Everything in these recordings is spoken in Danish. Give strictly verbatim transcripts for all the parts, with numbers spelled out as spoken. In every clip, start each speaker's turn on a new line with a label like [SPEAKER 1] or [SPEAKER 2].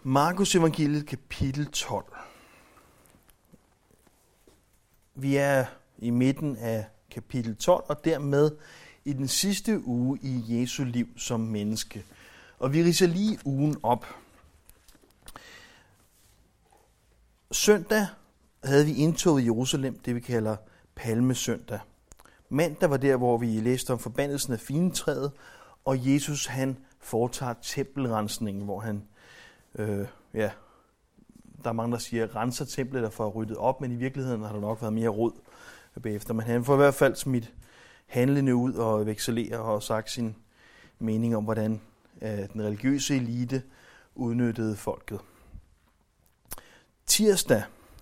[SPEAKER 1] Markus evangeliet kapitel tolv. Vi er i midten af kapitel tolv, og dermed i den sidste uge i Jesu liv som menneske. Og vi ridser lige ugen op. Søndag havde vi indtoget i Jerusalem, det vi kalder Palmesøndag. Mandag var der, hvor vi læste om forbandelsen af figentræet, og Jesus han foretager tempelrensningen, hvor han, øh, ja, der er mange, der siger, renser templet der får ryddet op, men i virkeligheden har der nok været mere rod bagefter. Men han får i hvert fald smidt handlende ud og vekselerer og sagt sin mening om, hvordan øh, den religiøse elite udnyttede folket. Tirsdag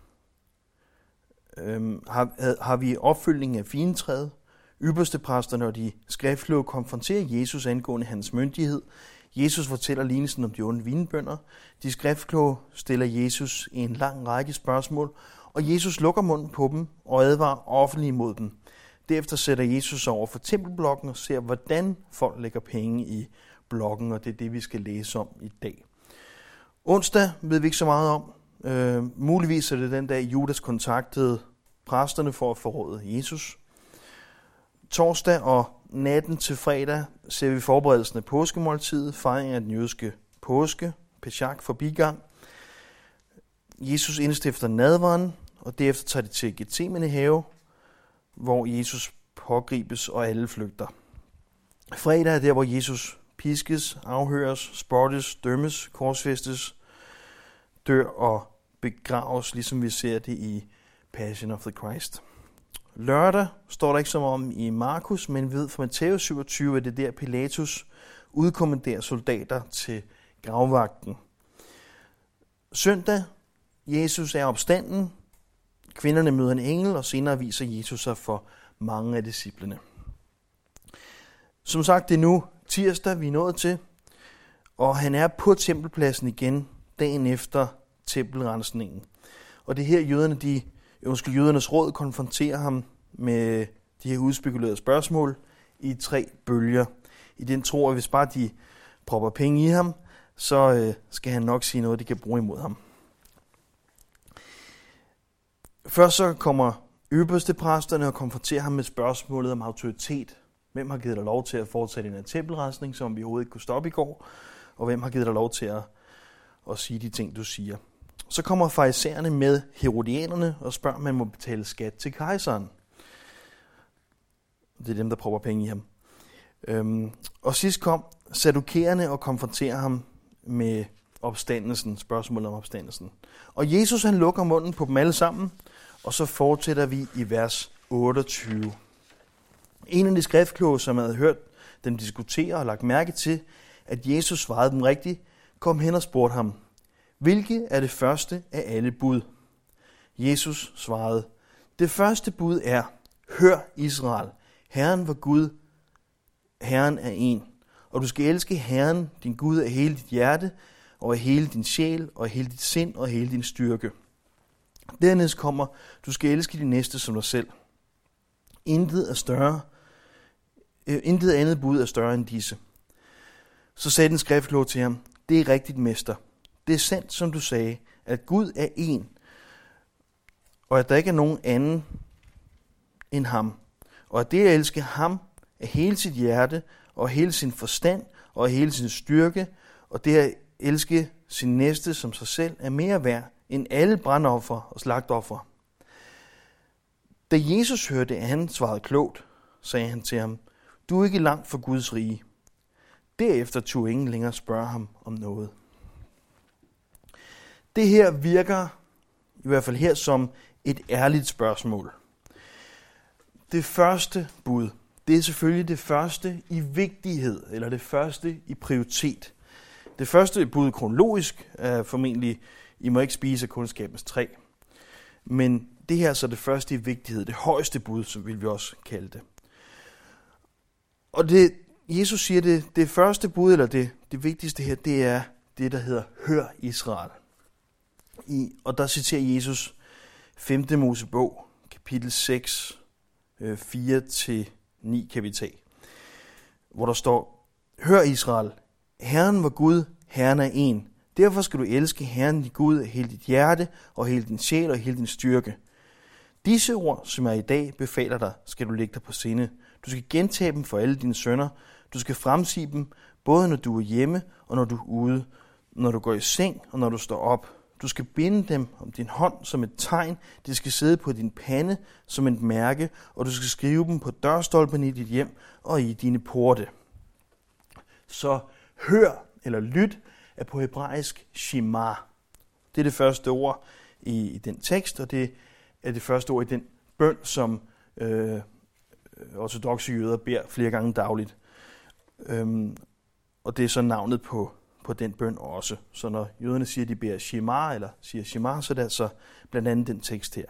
[SPEAKER 1] øh, har, har vi opfølgningen af figentræet. Ypperstepræsterne og de skriftkloge konfronterer Jesus angående hans myndighed. Jesus fortæller lignelsen om de onde vinbønder. De skriftkloge stiller Jesus en lang række spørgsmål, og Jesus lukker munden på dem og advarer offentligt imod dem. Derefter sætter Jesus over for tempelblokken og ser, hvordan folk lægger penge i blokken, og det er det, vi skal læse om i dag. Onsdag ved vi ikke så meget om. Øh, muligvis er det den dag, Judas kontaktede præsterne for at forråde Jesus. Torsdag og natten til fredag ser vi forberedelsen af påskemåltidet, fejring af den jødiske påske, Pesach forbigang. Jesus indstifter nadveren, og derefter tager de til Getsemane have, hvor Jesus pågribes og alle flygter. Fredag er der, hvor Jesus piskes, afhøres, spottes, dømmes, korsfæstes, dør og begraves, ligesom vi ser det i Passion of the Christ. Lørdag står der ikke som om i Markus, men ved fra Matthæus syvogtyve, at det der Pilatus udkommanderer soldater til gravvagten. Søndag, Jesus er opstanden, kvinderne møder en engel, og senere viser Jesus sig for mange af disciplene. Som sagt, det er nu tirsdag, vi er nået til, og han er på tempelpladsen igen dagen efter tempelrensningen. Og det er her jøderne, de Undskyld, jødernes råd konfronterer ham med de her udspekulerede spørgsmål i tre bølger. I den tror, at hvis bare de propper penge i ham, så øh, skal han nok sige noget, de kan bruge imod ham. Først så kommer ypperstepræsterne og konfronterer ham med spørgsmålet om autoritet. Hvem har givet dig lov til at foretage den her tempelrensning, som vi overhovedet ikke kunne stoppe i går? Og hvem har givet dig lov til at, at sige de ting, du siger? Så kommer farisæerne med herodianerne og spørger, om man må betale skat til kejseren. Det er dem, der propper penge i ham. Øhm, og sidst kom saddukererne og konfronterer ham med opstandelsen, spørgsmålet om opstandelsen. Og Jesus han lukker munden på dem alle sammen, og så fortsætter vi i vers otteogtyve. En af de skriftkloge, som havde hørt dem diskutere og lagt mærke til, at Jesus svarede dem rigtigt, kom hen og spurgte ham, hvilket er det første af alle bud? Jesus svarede, det første bud er, hør Israel, Herren var Gud, Herren er en, og du skal elske Herren, din Gud, af hele dit hjerte, og af hele din sjæl, og af hele dit sind, og af hele din styrke. Dernæst kommer, du skal elske din næste som dig selv. Intet er større, øh, intet andet bud er større end disse. Så sagde den skriftkloge til ham, det er rigtigt, mester. Det er sandt, som du sagde, at Gud er én, og at der ikke er nogen anden end ham. Og at det at elske ham af hele sit hjerte, og hele sin forstand, og hele sin styrke, og det at elske sin næste som sig selv, er mere værd end alle brandoffer og slagtoffer. Da Jesus hørte, at han svarede klogt, sagde han til ham, du er ikke langt fra Guds rige. Derefter tog ingen længere spørge ham om noget. Det her virker, i hvert fald her, som et ærligt spørgsmål. Det første bud, det er selvfølgelig det første i vigtighed, eller det første i prioritet. Det første bud kronologisk er formentlig, I må ikke spise af kundskabens træ. Men det her er så det første i vigtighed, det højeste bud, som vil vi også kalde det. Og det, Jesus siger, det, det første bud, eller det, det vigtigste her, det er det, der hedder, hør Israel. I, og der citerer Jesus femte Mosebog, kapitel seks, fire til ni kan vi tage, hvor der står, hør Israel, Herren var Gud, Herren er en. Derfor skal du elske Herren din Gud af hele dit hjerte og hele din sjæl og hele din styrke. Disse ord, som jeg i dag befaler dig, skal du lægge dig på sinde. Du skal gentage dem for alle dine sønner. Du skal fremsige dem, både når du er hjemme og når du er ude, når du går i seng og når du står op. Du skal binde dem om din hånd som et tegn. De skal sidde på din pande som et mærke, og du skal skrive dem på dørstolperne i dit hjem og i dine porte. Så hør eller lyt er på hebraisk shema. Det er det første ord i, i den tekst, og det er det første ord i den bøn, som øh, ortodokse jøder beder flere gange dagligt. Øhm, og det er så navnet på, på den bøn også. Så når jøderne siger, at de beder shema, eller siger shema, så er det altså blandt andet den tekst her.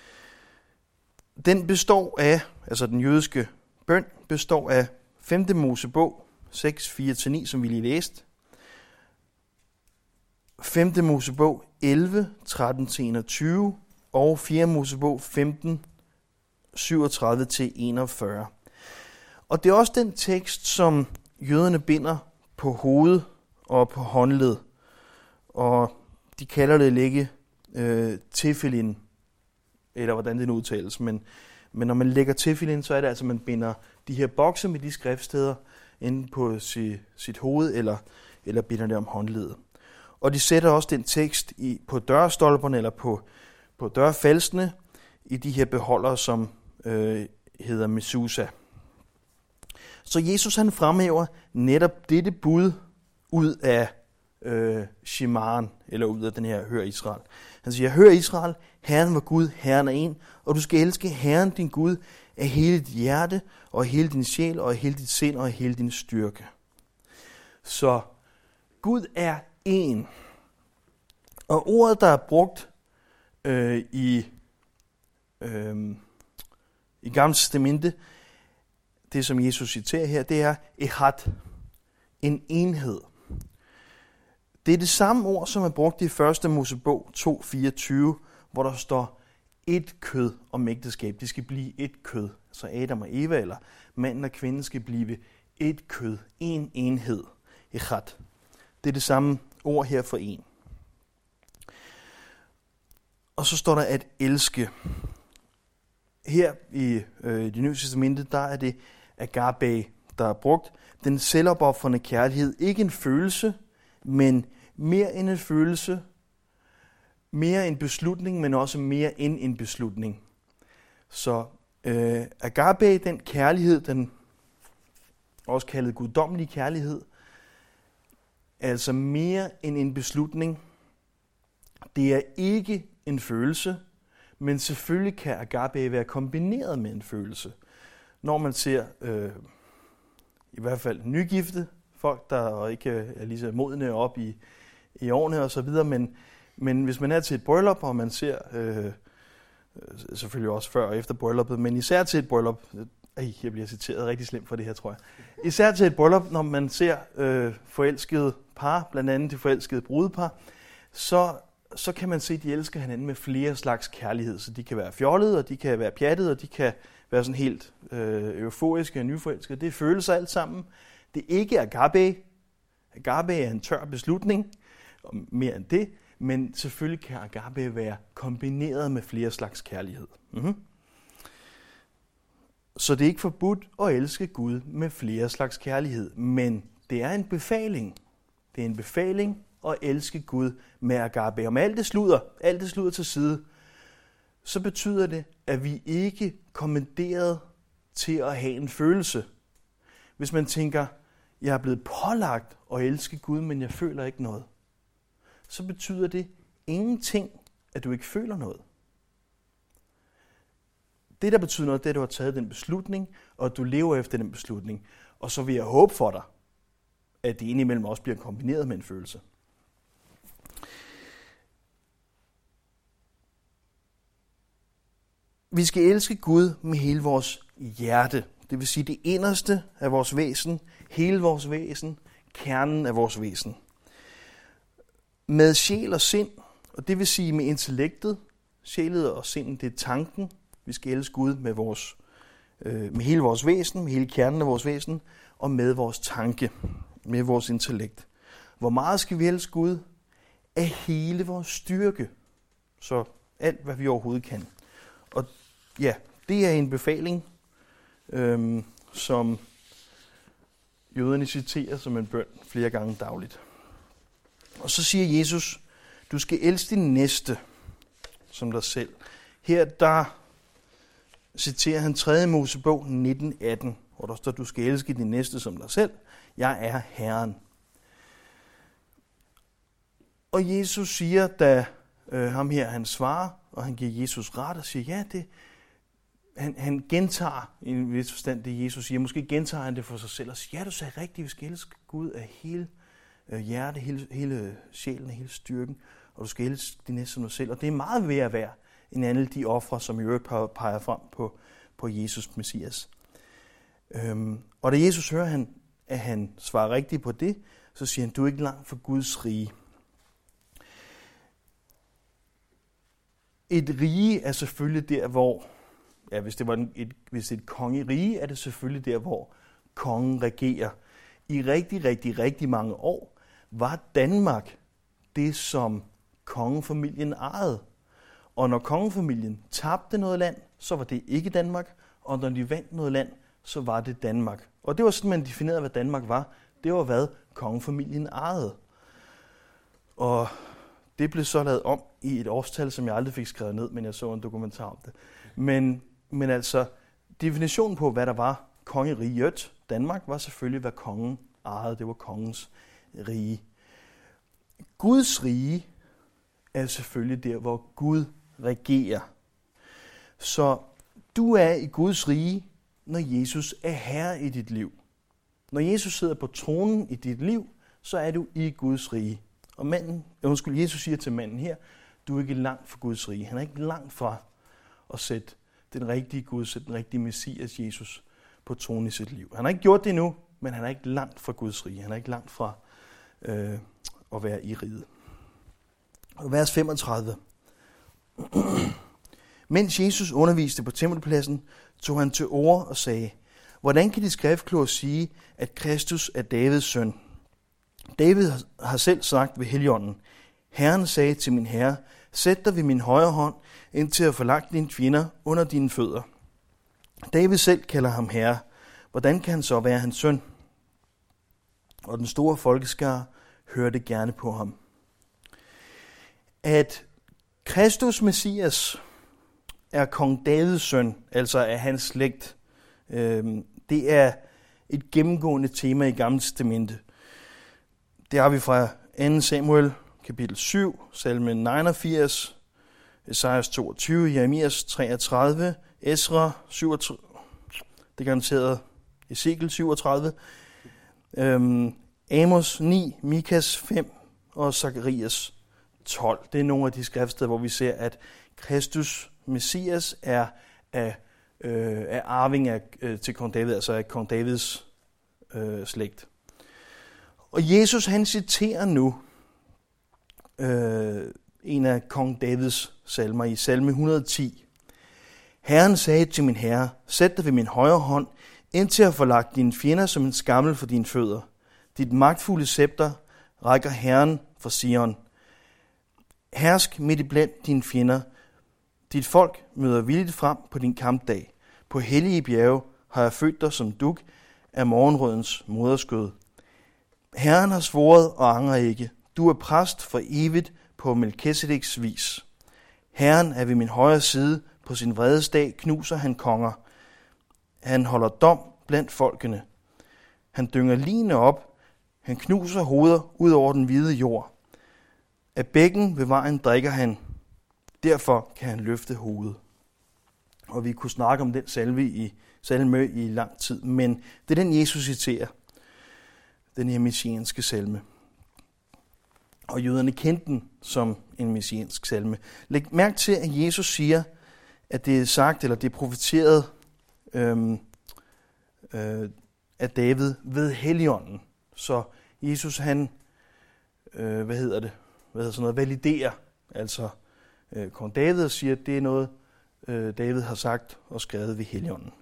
[SPEAKER 1] Den består af, altså den jødiske bøn, består af femte Mosebog, seks, fire til ni, som vi lige læste. femte Mosebog, elleve, tretten til enogtyve, og fjerde Mosebog, femten, syvogtredive til enogfyrre. Og det er også den tekst, som jøderne binder på hovedet og på håndled. Og de kalder det lægge øh, tefillin, eller hvordan det nu udtales. Men, men når man lægger tefillin, så er det altså, at man binder de her bokse med de skriftsteder enten på si, sit hoved, eller, eller binder det om håndledet. Og de sætter også den tekst i, på dørstolperne, eller på, på dørfalsene, i de her beholdere, som øh, hedder mezuzah. Så Jesus han fremhæver netop dette bud ud af øh, Shemaren, eller ud af den her Hør Israel. Han siger, hør Israel, Herren var Gud, Herren er en, og du skal elske Herren din Gud af hele dit hjerte, og af hele din sjæl, og af hele dit sind, og af hele din styrke. Så Gud er en. Og ordet, der er brugt øh, i, øh, i Gamle Testamente, det som Jesus citerer her, det er echad, en enhed. Det er det samme ord, som er brugt i første Mosebog to fireogtyve, hvor der står et kød om ægteskab. Det skal blive et kød. Så Adam og Eva, eller manden og kvinden, skal blive et kød, en enhed. Echad. Det er det samme ord her for en. Og så står der at elske. Her i øh, Det Nye Testamente, der er det agape, der er brugt. Den selvopofrende kærlighed. Ikke en følelse, men mere end en følelse. Mere en beslutning, men også mere end en beslutning. Så øh, agape, den kærlighed, den også kaldet guddommelig kærlighed, altså mere end en beslutning. Det er ikke en følelse, men selvfølgelig kan agape være kombineret med en følelse. Når man ser, øh, i hvert fald nygifte folk, der ikke er lige så modne op i, i årene og så videre, men, men hvis man er til et bryllup, og man ser, øh, selvfølgelig også før og efter brylluppet, men især til et bryllup, øh, jeg bliver citeret rigtig slemt for det her, tror jeg. Især til et bryllup, når man ser øh, forelskede par, blandt andet de forelskede brudepar, så så kan man se, at de elsker hinanden med flere slags kærlighed. Så de kan være fjollede, og de kan være pjattede, og de kan være sådan helt øh, euforiske og nyforelskede. Det er følelser alt sammen. Det er ikke agape. Agape er en tør beslutning, og mere end det. Men selvfølgelig kan agape være kombineret med flere slags kærlighed. Mm-hmm. Så det er ikke forbudt at elske Gud med flere slags kærlighed. Men det er en befaling. Det er en befaling at elske Gud med agape. Og med alt det sludder, alt det sludder til side, så betyder det, at vi ikke er kommanderet til at have en følelse. Hvis man tænker, jeg er blevet pålagt at elske Gud, men jeg føler ikke noget, så betyder det ingenting, at du ikke føler noget. Det, der betyder noget, det er, at du har taget den beslutning, og at du lever efter den beslutning. Og så vil jeg håbe for dig, at det indimellem også bliver kombineret med en følelse. Vi skal elske Gud med hele vores hjerte. Det vil sige det inderste af vores væsen, hele vores væsen, kernen af vores væsen. Med sjæl og sind, og det vil sige med intellektet, sjælet og sindet, det er tanken. Vi skal elske Gud med, vores, øh, med hele vores væsen, med hele kernen af vores væsen, og med vores tanke, med vores intellekt. Hvor meget skal vi elske Gud? af hele vores styrke. Så alt, hvad vi overhovedet kan. Og ja, det er en befaling, øhm, som jøderne citerer som en bøn flere gange dagligt. Og så siger Jesus, du skal elske din næste som dig selv. Her der citerer han tredje Mosebog nitten atten, hvor der står, du skal elske din næste som dig selv. Jeg er Herren. Og Jesus siger, da øh, ham her han svarer, og han giver Jesus ret og siger, ja, det, han, han gentager i en vis forstand det, Jesus siger. Måske gentager han det for sig selv og siger, ja, du sagde rigtigt, vi skal elske Gud af hele øh, hjertet, hele, hele sjælen, hele styrken, og du skal elske din næste som dig selv. Og det er meget værd værd end alle de ofre, som i øvrigt peger frem på, på Jesus Messias. Øhm, og da Jesus hører, han, at han svarer rigtigt på det, så siger han, du er ikke langt fra Guds rige. Et rige er selvfølgelig der, hvor, ja, hvis det var et, hvis det er et kongerige, er det selvfølgelig der, hvor kongen regerer. I rigtig, rigtig, rigtig mange år var Danmark det, som kongefamilien ejede. Og når kongefamilien tabte noget land, så var det ikke Danmark, og når de vandt noget land, så var det Danmark. Og det var sådan, man definerede, hvad Danmark var. Det var, hvad kongefamilien ejede. Og det blev så lavet om i et årstal, som jeg aldrig fik skrevet ned, men jeg så en dokumentar om det. Men, men altså, definitionen på, hvad der var kongeriget, Danmark, var selvfølgelig, hvad kongen ejede. Det var kongens rige. Guds rige er selvfølgelig der, hvor Gud regerer. Så du er i Guds rige, når Jesus er herre i dit liv. Når Jesus sidder på tronen i dit liv, så er du i Guds rige. Og manden, undskyld, Jesus siger til manden her, du er ikke langt fra Guds rige. Han er ikke langt fra at sætte den rigtige Gud, sætte den rigtige Messias, Jesus, på tronen i sit liv. Han har ikke gjort det endnu, men han er ikke langt fra Guds rige. Han er ikke langt fra øh, at være i riget. Vers femogtredive. Mens Jesus underviste på tempelpladsen, tog han til orde og sagde, hvordan kan de skriftkloge sige, at Kristus er Davids søn? David har selv sagt ved Helligånden, Herren sagde til min herre, sæt dig ved min højre hånd, indtil at få lagt dine fjender under dine fødder. David selv kalder ham herre. Hvordan kan han så være hans søn? Og den store folkeskare hørte gerne på ham. At Kristus Messias er kong Davids søn, altså er hans slægt, øh, det er et gennemgående tema i Gamle Testamente. Det har vi fra anden Samuel, kapitel syv, salme niogfirs, Esajas toogtyve, Jeremias treogtredive, Esra syvogtredive, det er garanteret Ezekiel syvogtredive, øhm, Amos ni, Mikas fem og Zakarias tolv. Det er nogle af de skriftsteder, hvor vi ser, at Kristus Messias er af, øh, af arving af, øh, til kong David, altså af kong Davids øh, slægt. Og Jesus han citerer nu øh, en af kong Davids salmer i salme et hundrede og ti. Herren sagde til min herre, sæt dig ved min højre hånd, indtil at få lagt dine fjender som en skammel for dine fødder. Dit magtfulde scepter rækker Herren for Sion. Hersk midt i blandt dine fjender. Dit folk møder villigt frem på din kampdag. På hellige bjerge har jeg født dig som dug af morgenrødens moderskød. Herren har svoret og angrer ikke. Du er præst for evigt på Melkisedeks vis. Herren er ved min højre side. På sin vredesdag knuser han konger. Han holder dom blandt folkene. Han dynger ligene op. Han knuser hoveder ud over den hvide jord. Af bækken ved vejen drikker han. Derfor kan han løfte hovedet. Og vi kunne snakke om den salme i, salme i lang tid, men det er den, Jesus citerer. Den her messianske salme. Og jøderne kendte den som en messiansk salme. Læg mærke til, at Jesus siger, at det er sagt, eller det er profeteret øhm, øh, af David ved Helligånden. Så Jesus, han, øh, hvad hedder det, hvad hedder sådan noget, validerer, altså øh, kong David siger, at det er noget, øh, David har sagt og skrevet ved Helligånden.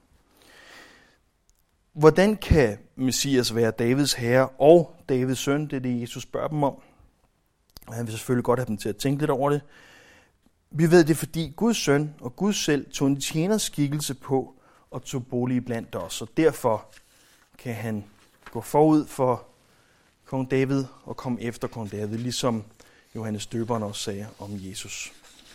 [SPEAKER 1] Hvordan kan Messias være Davids herre og Davids søn? Det er det, Jesus spørger dem om. Og han vil selvfølgelig godt have dem til at tænke lidt over det. Vi ved det, fordi Guds søn og Gud selv tog en tjeners skikkelse på og tog bolig blandt os. Og derfor kan han gå forud for kong David og komme efter kong David, ligesom Johannes Døberen også sagde om Jesus.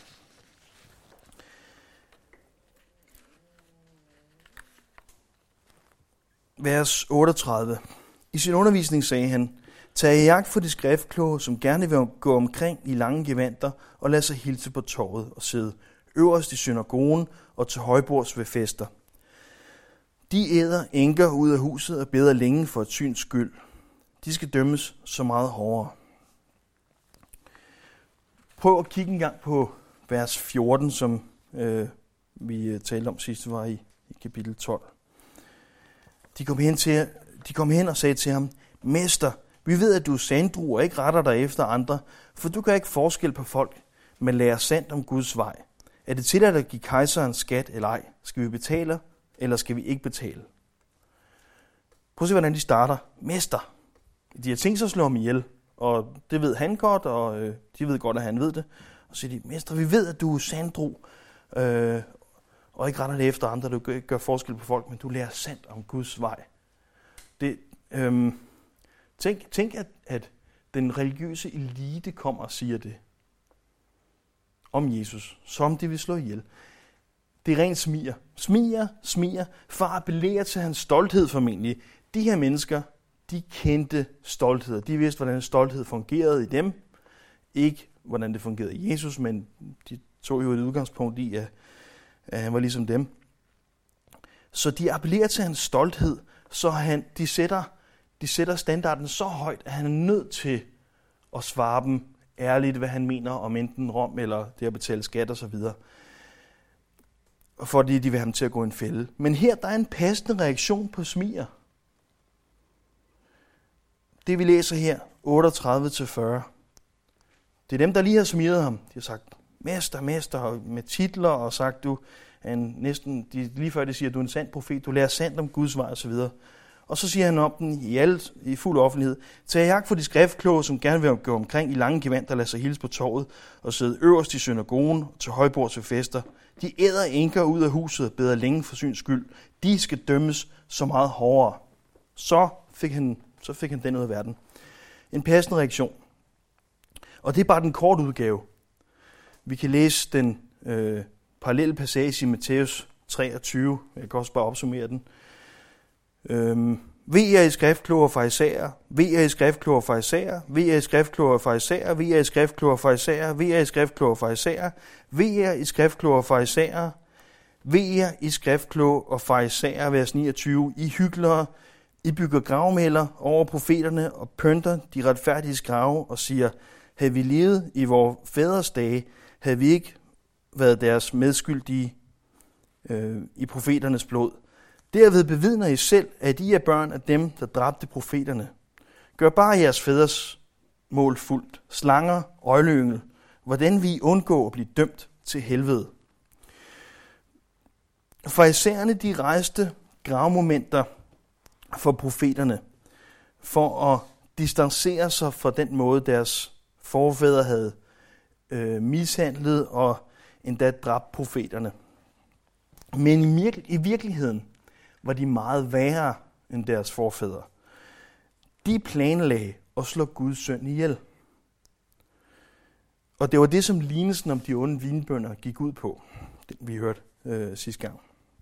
[SPEAKER 1] Vers otteogtredive. I sin undervisning sagde han, tag i jagt for de skriftkloge, som gerne vil gå omkring i lange gevanter og lade sig hilse på torvet og sidde øverst i synagogen og til højbords ved fester. De æder enker ud af huset og beder længe for et syns skyld. De skal dømmes så meget hårdere. Prøv at kigge en gang på vers fjorten, som øh, vi talte om sidst, var i, i kapitel tolv. De kom, hen til, de kom hen og sagde til ham, Mester, vi ved, at du er sandru og ikke retter dig efter andre, for du kan ikke forskel på folk, men lærer sandt om Guds vej. Er det tilladt at give kejseren skat eller ej? Skal vi betale, eller skal vi ikke betale? Prøv at se, hvordan de starter. Mester. De har tænkt sig at slå ham ihjel, og det ved han godt, og øh, de ved godt, at han ved det. Og så siger de, Mester, vi ved, at du er sandru, øh, og ikke retter dig efter andre, du ikke gør forskel på folk, men du lærer sandt om Guds vej. Det, øh, tænk, tænk at, at den religiøse elite kommer og siger det om Jesus, som de vil slå ihjel. Det er rent smiger. Smiger, smiger, for at appellere til hans stolthed formentlig. De her mennesker, de kendte stolthed. De vidste, hvordan stolthed fungerede i dem. Ikke, hvordan det fungerede i Jesus, men de tog jo et udgangspunkt i, at, at han var ligesom dem. Så de appellerer til hans stolthed, så han, de, sætter, de sætter standarden så højt, at han er nødt til at svare dem ærligt, hvad han mener om enten Rom eller det at betale skat og så videre. Fordi de vil have ham til at gå i en fælde. Men her der er en passende reaktion på smiger. Det vi læser her, otteogtredive til fyrre. Det er dem, der lige har smiret ham. De har sagt, mester, mester, med titler, og sagt, du er en, næsten, de, lige før de siger, du er en sand profet, du lærer sandt om Guds vej osv. Og så siger han om den i, alt, i fuld offentlighed, tag jagt for de skriftkloge, som gerne vil gå omkring i lange gevanter, lade sig hilse på torvet, og sidde øverst i synagogen til højbord til fester. De æder enker ud af huset, beder længe for syns skyld. De skal dømmes så meget hårdere. Så fik han, så fik han den ud af verden. En passende reaktion. Og det er bare den korte udgave. Vi kan læse den øh, parallelle passage i Matthæus treogtyve. Jeg kan også bare opsummere den. Øhm, Ved jer i skriftkloge og farisæer, ved jer i skriftkloge og farisæer, ved jer i skriftkloge og farisæer, ved jer i skriftkloge og farisæer, ved jer i skriftkloge og farisæer, ved jer i skriftkloge og farisæer, ved jer i skriftkloge og farisæer, vers niogtyve, I hyklere, I bygger gravmæler over profeterne og pynter de retfærdige grave og siger, havde vi levet i vores fædres dage, havde vi ikke været deres medskyldige øh, i profeternes blod. Derved bevidner I selv, at I er børn af dem, der dræbte profeterne. Gør bare jeres fædres mål fuldt. Slanger, øjleyngel. Hvordan vi undgår at blive dømt til helvede. Farisæerne, de rejste gravmomenter for profeterne, for at distancere sig fra den måde, deres forfædre havde øh, mishandlet og endda dræbt profeterne. Men i, i virkeligheden var de meget værre end deres forfædre. De planlagde at slå Guds søn ihjel. Og det var det, som lignelsen om de onde vinbønder gik ud på, det vi hørte øh, sidste gang.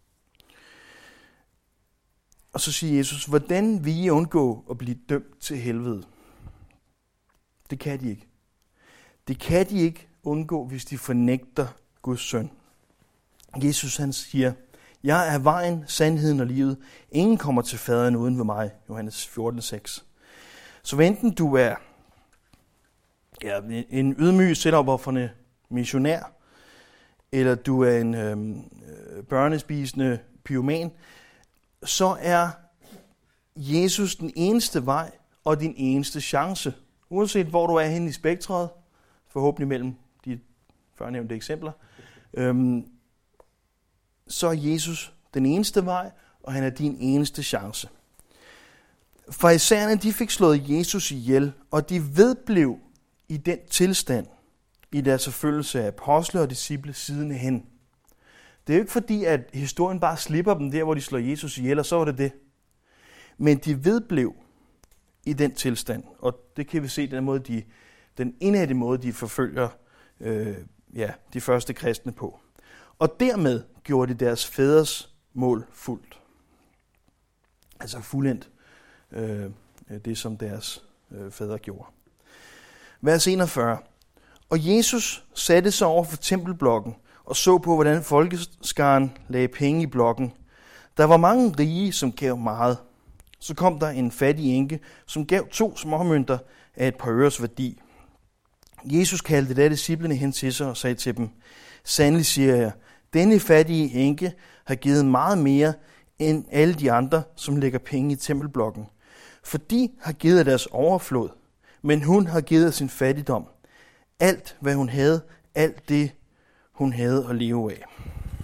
[SPEAKER 1] Og så siger Jesus, hvordan vil I undgå at blive dømt til helvede? Det kan de ikke. Det kan de ikke undgå, hvis de fornægter Guds søn. Jesus han siger, jeg er vejen, sandheden og livet. Ingen kommer til faderen uden ved mig. Johannes fjorten seks. Så enten du er ja, en ydmyg, selvopofrende missionær, eller du er en øhm, børnespisende pyroman, så er Jesus den eneste vej og din eneste chance. Uanset hvor du er henne i spektret, forhåbentlig mellem de førnævnte eksempler, øhm, så er Jesus den eneste vej, og han er din eneste chance. Farisæerne, de fik slået Jesus ihjel, og de vedblev i den tilstand, i deres forfølgelse af apostle og disciple sidenhen. Det er jo ikke fordi, at historien bare slipper dem der, hvor de slår Jesus ihjel, og så var det det. Men de vedblev i den tilstand, og det kan vi se den måde, de, den indadte måde, de forfølger øh, ja, de første kristne på. Og dermed gjorde de deres fædres mål fuldt. Altså fuldendt øh, det, som deres øh, fædre gjorde. Vers enogfyrre. Og Jesus satte sig over for tempelblokken og så på, hvordan folkeskaren lagde penge i blokken. Der var mange rige, som gav meget. Så kom der en fattig enke, som gav to småmønter af et par øres værdi. Jesus kaldte da disciplene hen til sig og sagde til dem, sandelig siger jeg, denne fattige enke har givet meget mere end alle de andre, som lægger penge i tempelblokken. For de har givet af deres overflod, men hun har givet af sin fattigdom. Alt, hvad hun havde, alt det, hun havde at leve af.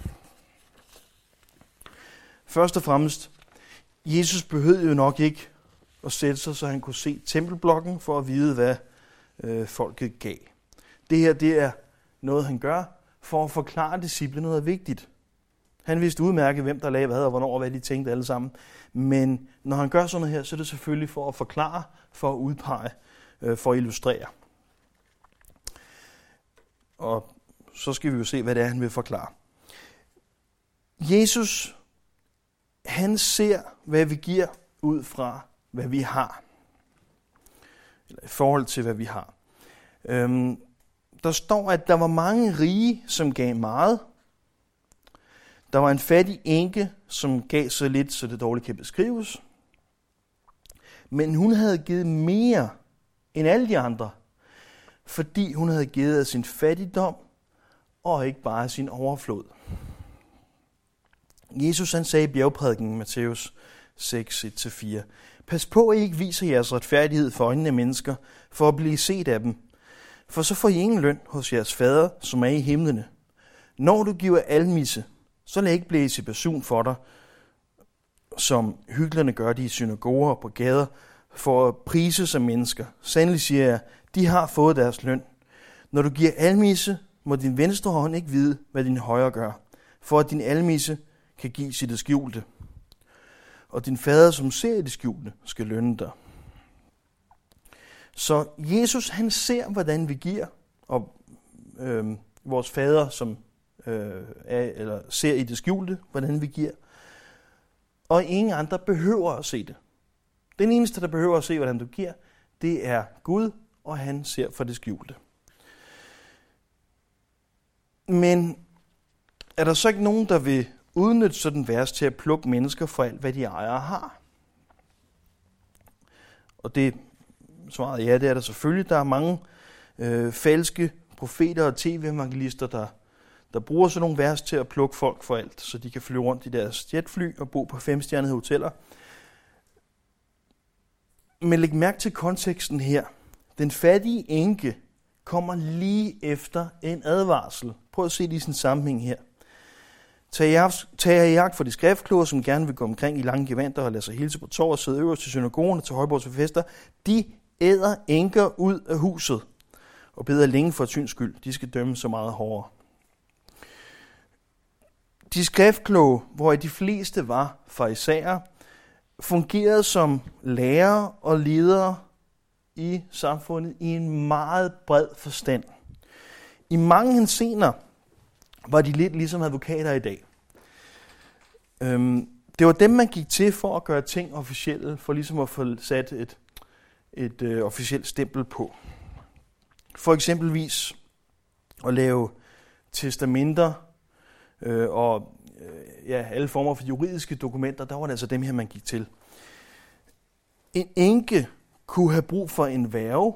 [SPEAKER 1] Først og fremmest, Jesus behøvede jo nok ikke at sætte sig, så han kunne se tempelblokken for at vide, hvad øh, folket gav. Det her, det er noget, han gør for at forklare disciplene noget vigtigt. Han vidste udmærket, hvem der lagde hvad og hvornår og hvad de tænkte alle sammen. Men når han gør sådan noget her, så er det selvfølgelig for at forklare, for at udpege, øh, for at illustrere. Og så skal vi jo se, hvad det er, han vil forklare. Jesus, han ser, hvad vi giver ud fra, hvad vi har. Eller i forhold til, hvad vi har. Øhm, der står, at der var mange rige, som gav meget. Der var en fattig enke, som gav så lidt, så det dårligt kan beskrives. Men hun havde givet mere end alle de andre, fordi hun havde givet af sin fattigdom, og ikke bare af sin overflod. Jesus han sagde i bjergprædikenen, Matthæus seks, et til fire, pas på, at I ikke viser jeres retfærdighed for øjnene af mennesker, for at blive set af dem. For så får I ingen løn hos jeres fader, som er i himlene. Når du giver almisse, så lad ikke blæse i basun for dig, som hyklerne gør de i synagoger og på gader, for at prise som mennesker. Sandelig siger jeg, de har fået deres løn. Når du giver almisse, må din venstre hånd ikke vide, hvad din højre gør, for at din almisse kan give sit det skjulte. Og din fader, som ser i det skjulte, skal lønne dig. Så Jesus, han ser, hvordan vi giver, og øh, vores fader, som øh, er, eller ser i det skjulte, hvordan vi giver. Og ingen andre behøver at se det. Den eneste, der behøver at se, hvordan du giver, det er Gud, og han ser for det skjulte. Men er der så ikke nogen, der vil udnytte sådan vers til at plukke mennesker for alt, hvad de ejer og har? Og det svaret ja, det er der selvfølgelig. Der er mange øh, falske profeter og tv-evangelister, der, der bruger sådan nogle vers til at plukke folk for alt, så de kan flyve rundt i deres jetfly og bo på femstjernede hoteller. Men læg mærke til konteksten her. Den fattige enke kommer lige efter en advarsel. Prøv at se det i sin sammenhæng her. Tag jer i jagt for de skriftkloge, som gerne vil gå omkring i lange gevanter og lade sig hilse på torv og sidde øverst i synagogen og til højbordsfester. De æder enker ud af huset og beder længe for syns skyld. De skal dømme så meget hårdere. De skriftkloge, hvor de fleste var farisæere, fungerede som lærere og ledere i samfundet i en meget bred forstand. I mange henseender var de lidt ligesom advokater i dag. Øhm, det var dem, man gik til for at gøre ting officielle, for ligesom at få sat et, et øh, officielt stempel på. For eksempelvis at lave testamenter øh, og øh, ja, alle former for juridiske dokumenter, der var det altså dem her, man gik til. En enke kunne have brug for en værge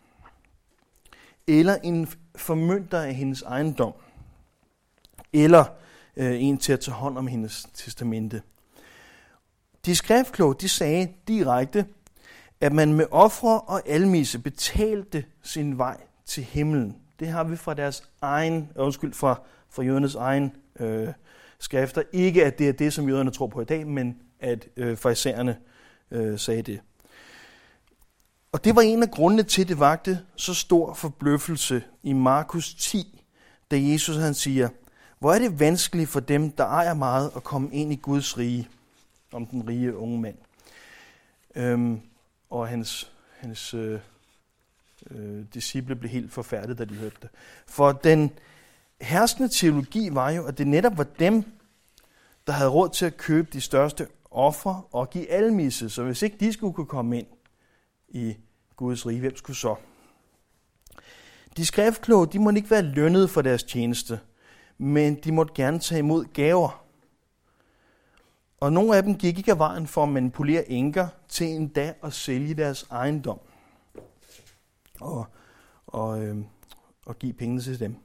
[SPEAKER 1] eller en formynter af hendes ejendom, eller øh, en til at tage hånd om hendes testamente. De skriftkloge, de sagde direkte, at man med ofre og almisse betalte sin vej til himlen. Det har vi fra deres egen, undskyld, fra, fra jødernes egen øh, skrifter. Ikke at det er det, som jøderne tror på i dag, men at øh, farisæerne øh, sagde det. Og det var en af grundene til, at det vagte så stor forbløffelse i Markus ti, da Jesus han siger, hvor er det vanskeligt for dem, der ejer meget, at komme ind i Guds rige, om den rige unge mand. Øhm, og hans, hans øh, øh, disciple blev helt forfærdet, da de hørte det. For den herskende teologi var jo, at det netop var dem, der havde råd til at købe de største ofre og give almisse. Så hvis ikke de skulle kunne komme ind i Guds rige, hvem skulle så? De skriftkloge, de måtte ikke være lønnet for deres tjeneste, men de måtte gerne tage imod gaver. Og nogle af dem gik ikke af vejen for at manipulere enker til endda at sælge deres ejendom og, og, øh, og give penge til dem.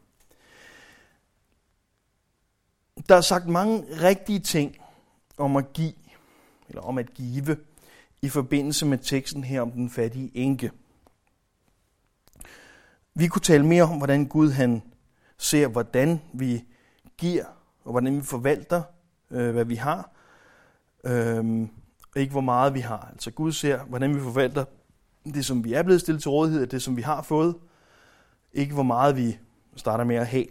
[SPEAKER 1] Der er sagt mange rigtige ting om at give, eller om at give, i forbindelse med teksten her om den fattige enke. Vi kunne tale mere om, hvordan Gud han ser, hvordan vi giver, og hvordan vi forvalter, øh, hvad vi har, øh, og ikke hvor meget vi har. Altså Gud ser, hvordan vi forvalter det, som vi er blevet stillet til rådighed, det, som vi har fået, ikke hvor meget vi starter med at have.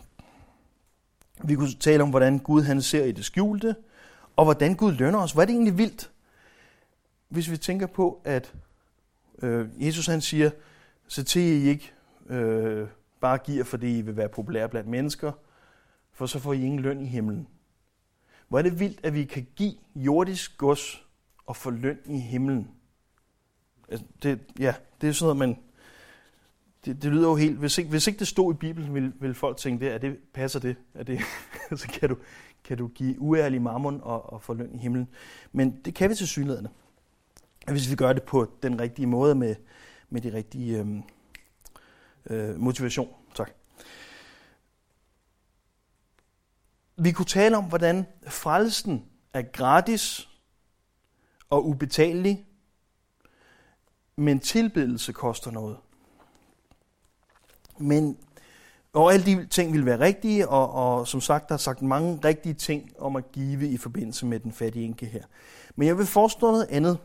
[SPEAKER 1] Vi kunne tale om, hvordan Gud han ser i det skjulte, og hvordan Gud lønner os. Hvor er det egentlig vildt, hvis vi tænker på, at øh, Jesus han siger, så til I ikke øh, bare giver, fordi I vil være populære blandt mennesker, for så får I ingen løn i himlen. Hvor er det vildt, at vi kan give jordisk gods og få løn i himlen. Altså, det, ja, det er sådan noget, man... Det, det lyder jo helt... Hvis ikke, hvis ikke det stod i Bibelen, ville, ville folk tænke, det, er det passer det? Er det så kan du, kan du give uærlig mammon og, og få løn i himlen. Men det kan vi tilsyneladende. Hvis vi gør det på den rigtige måde med, med de rigtige øhm, øh, motivation. Tak. Vi kunne tale om, hvordan frelsen er gratis og ubetalelig, men tilbedelse koster noget. Men og alle de ting vil være rigtige, og, og som sagt, der er sagt mange rigtige ting om at give i forbindelse med den fattige enke her. Men jeg vil foreslå noget andet.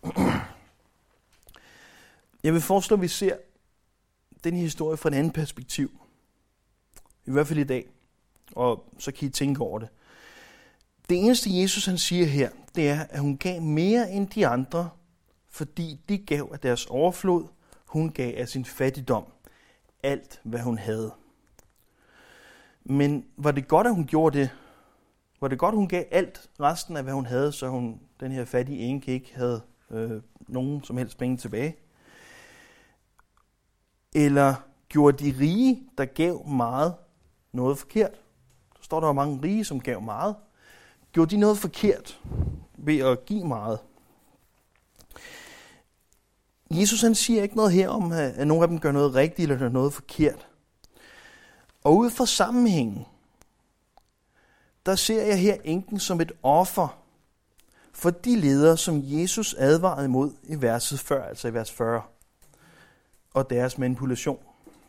[SPEAKER 1] Jeg vil foreslå, at vi ser den historie fra et andet perspektiv. I hvert fald i dag. Og så kan I tænke over det. Det eneste Jesus han siger her, det er, at hun gav mere end de andre, fordi de gav af deres overflod, hun gav af sin fattigdom. Alt, hvad hun havde. Men var det godt, at hun gjorde det? Var det godt, at hun gav alt resten af, hvad hun havde, så hun, den her fattige enke ikke havde øh, nogen som helst penge tilbage? Eller gjorde de rige, der gav meget, noget forkert? Der står der jo mange rige, som gav meget. Gjorde de noget forkert ved at give meget? Jesus han siger ikke noget her om, at nogle af dem gør noget rigtigt eller noget forkert. Og ud fra sammenhængen, der ser jeg her enken som et offer for de ledere, som Jesus advarede imod i verset før, altså i vers fyrre, og deres manipulation.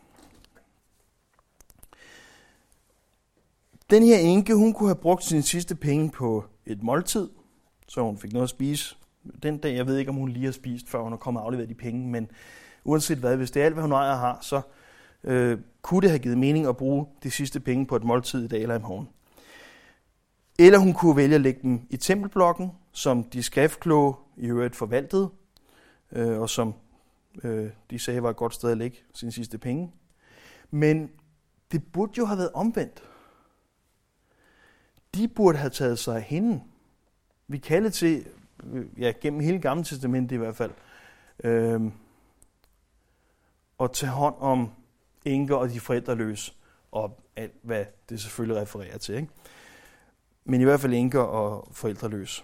[SPEAKER 1] Den her enke, hun kunne have brugt sine sidste penge på et måltid, så hun fik noget at spise. Den dag, jeg ved ikke, om hun lige har spist, før hun har kommet og afleveret de penge, men uanset hvad, hvis det er alt, hvad hun ejer har, så øh, kunne det have givet mening at bruge de sidste penge på et måltid i dag eller i morgen. Eller hun kunne vælge at lægge dem i tempelblokken, som de skriftkloge i øvrigt forvaltede, øh, og som øh, de sagde var et godt sted at lægge sine sidste penge. Men det burde jo have været omvendt. De burde have taget sig af hende. Vi kalder til, ja, gennem hele Gamle Testamentet i hvert fald, øh, at tage hånd om enker og de forældreløse, og alt, hvad det selvfølgelig refererer til, ikke? Men i hvert fald enker og forældreløse.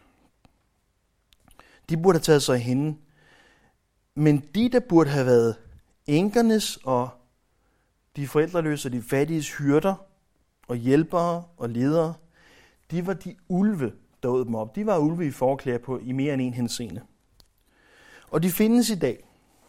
[SPEAKER 1] De burde have taget sig af hende, men de, der burde have været enkernes og de forældreløse og de fattiges hyrder og hjælpere og ledere, de var de ulve, der åd dem op. De var ulve i forklæder på i mere end en henseende. Og de findes i dag.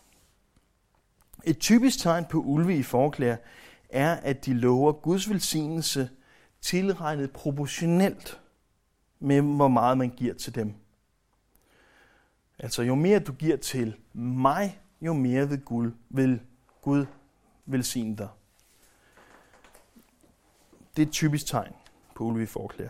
[SPEAKER 1] Et typisk tegn på ulve i forklæder er, at de lover Guds velsignelse tilregnet proportionelt med, hvor meget man giver til dem. Altså jo mere du giver til mig, jo mere vil Gud, vil Gud velsigne dig. Det er et typisk tegn på ulve i forklæder.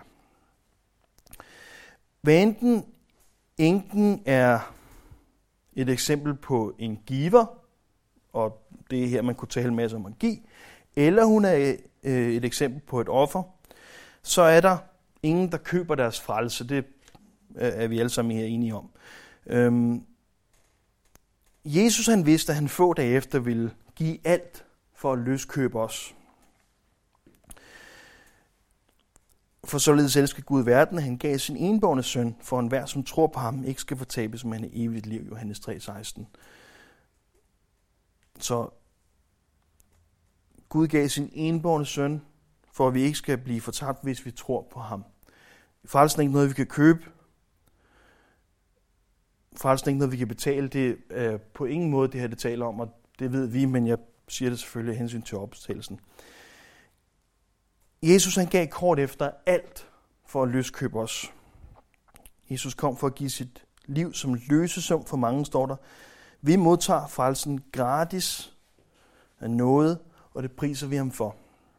[SPEAKER 1] Hvad enten enken er et eksempel på en giver, og det er her, man kunne tale en masse om at give, eller hun er et eksempel på et offer, så er der ingen, der køber deres frelse. Det er vi alle sammen her enige om. Øhm, Jesus han vidste, at han få dage efter ville give alt for at løskøbe os. For således elsker Gud verden, at han gav sin enbårne søn, for enhver, som tror på ham, ikke skal fortabes, men han er evigt liv. Johannes tre seksten. Så Gud gav sin enbårne søn, for at vi ikke skal blive fortabt, hvis vi tror på ham. Frelsen er ikke noget, vi kan købe. Frelsen er ikke noget, vi kan betale. Det er på ingen måde det her, det taler om, og det ved vi, men jeg siger det selvfølgelig af hensyn til opstillelsen. Jesus han gav kort efter alt for at løskøbe os. Jesus kom for at give sit liv som løsesum for mange, står der. Vi modtager frelsen gratis af nåde, og det priser vi ham for.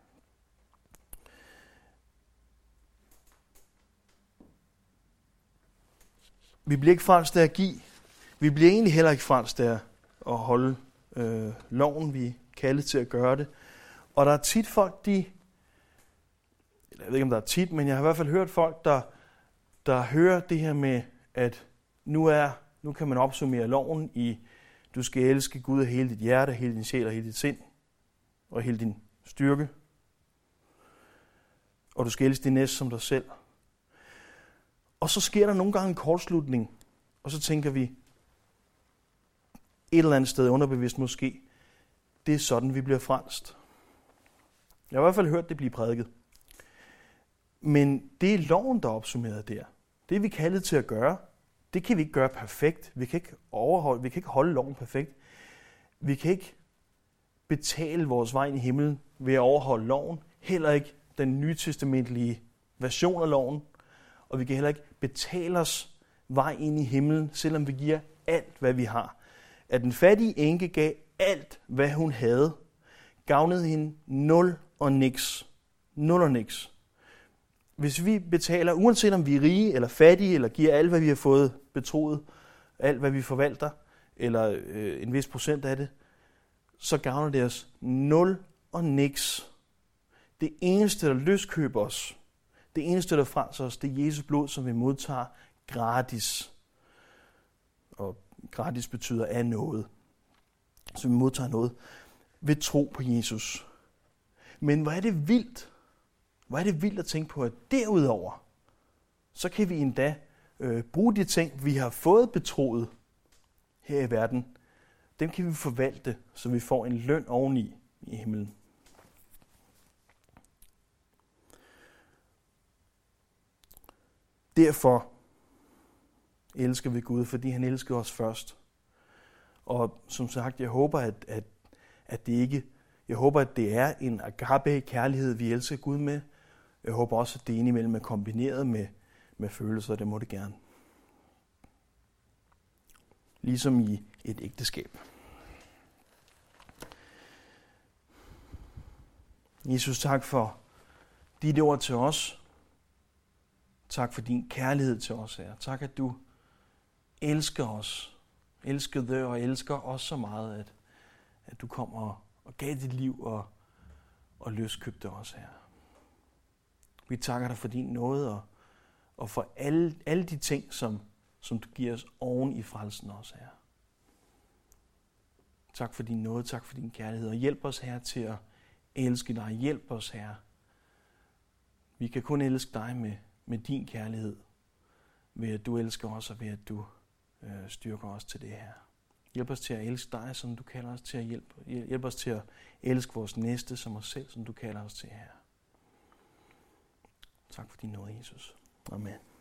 [SPEAKER 1] Vi bliver ikke frelst af at give. Vi bliver egentlig heller ikke frelst af at holde øh, loven. Vi er kaldet til at gøre det. Og der er tit folk, de... Jeg ved ikke, om der er tit, men jeg har i hvert fald hørt folk, der, der hører det her med, at nu, er, nu kan man opsummere loven i, du skal elske Gud af hele dit hjerte, hele din sjæl og hele dit sind, og hele din styrke. Og du skal elske din næste som dig selv. Og så sker der nogle gange en kortslutning, og så tænker vi, et eller andet sted underbevidst måske, det er sådan, vi bliver frelst. Jeg har i hvert fald hørt det blive prædiket. Men det er loven, der er opsummeret der. Det er vi kaldet til at gøre. Det kan vi ikke gøre perfekt. Vi kan ikke overholde, vi kan ikke holde loven perfekt. Vi kan ikke betale vores vej ind i himlen ved at overholde loven. Heller ikke den nytestamentlige version af loven. Og vi kan heller ikke betale os vej ind i himlen, selvom vi giver alt, hvad vi har. At den fattige enke gav alt, hvad hun havde, gavnede hende nul og niks. Nul og niks. Hvis vi betaler, uanset om vi er rige eller fattige, eller giver alt, hvad vi har fået betroet, alt, hvad vi forvalter, eller øh, en vis procent af det, så gavner det os nul og niks. Det eneste, der løskøber os, det eneste, der frelser os, det er Jesus blod, som vi modtager gratis. Og gratis betyder af noget. Så vi modtager noget ved tro på Jesus. Men hvor er det vildt, hvor er det vildt at tænke på, at derudover, så kan vi endda øh, bruge de ting, vi har fået betroet her i verden, dem kan vi forvalte, så vi får en løn oveni i himlen. Derfor elsker vi Gud, fordi han elsker os først. Og som sagt, jeg håber, at, at, at det ikke, jeg håber, at det er en agape-kærlighed, vi elsker Gud med. Jeg håber også, at det indimellem er kombineret med, med følelser, det må det gerne. Ligesom i et ægteskab. Jesus, tak for dit ord til os. Tak for din kærlighed til os, Herre. Tak, at du elsker os. Elskede og elsker os så meget, at, at du kom og, og gav dit liv og, og løskøbte os, Herre. Vi takker dig for din nåde og, og for alle, alle de ting, som, som du giver os oven i frelsen også, Herre. Tak for din nåde, tak for din kærlighed, og hjælp os, Herre, til at elske dig. Hjælp os, Herre. Vi kan kun elske dig med, med din kærlighed, ved at du elsker os, og ved at du øh, styrker os til det her. Hjælp os til at elske dig, som du kalder os til at hjælpe. Hjælp os til at elske vores næste som os selv, som du kalder os til, Herre. Tak for din nåde, Jesus. Amen.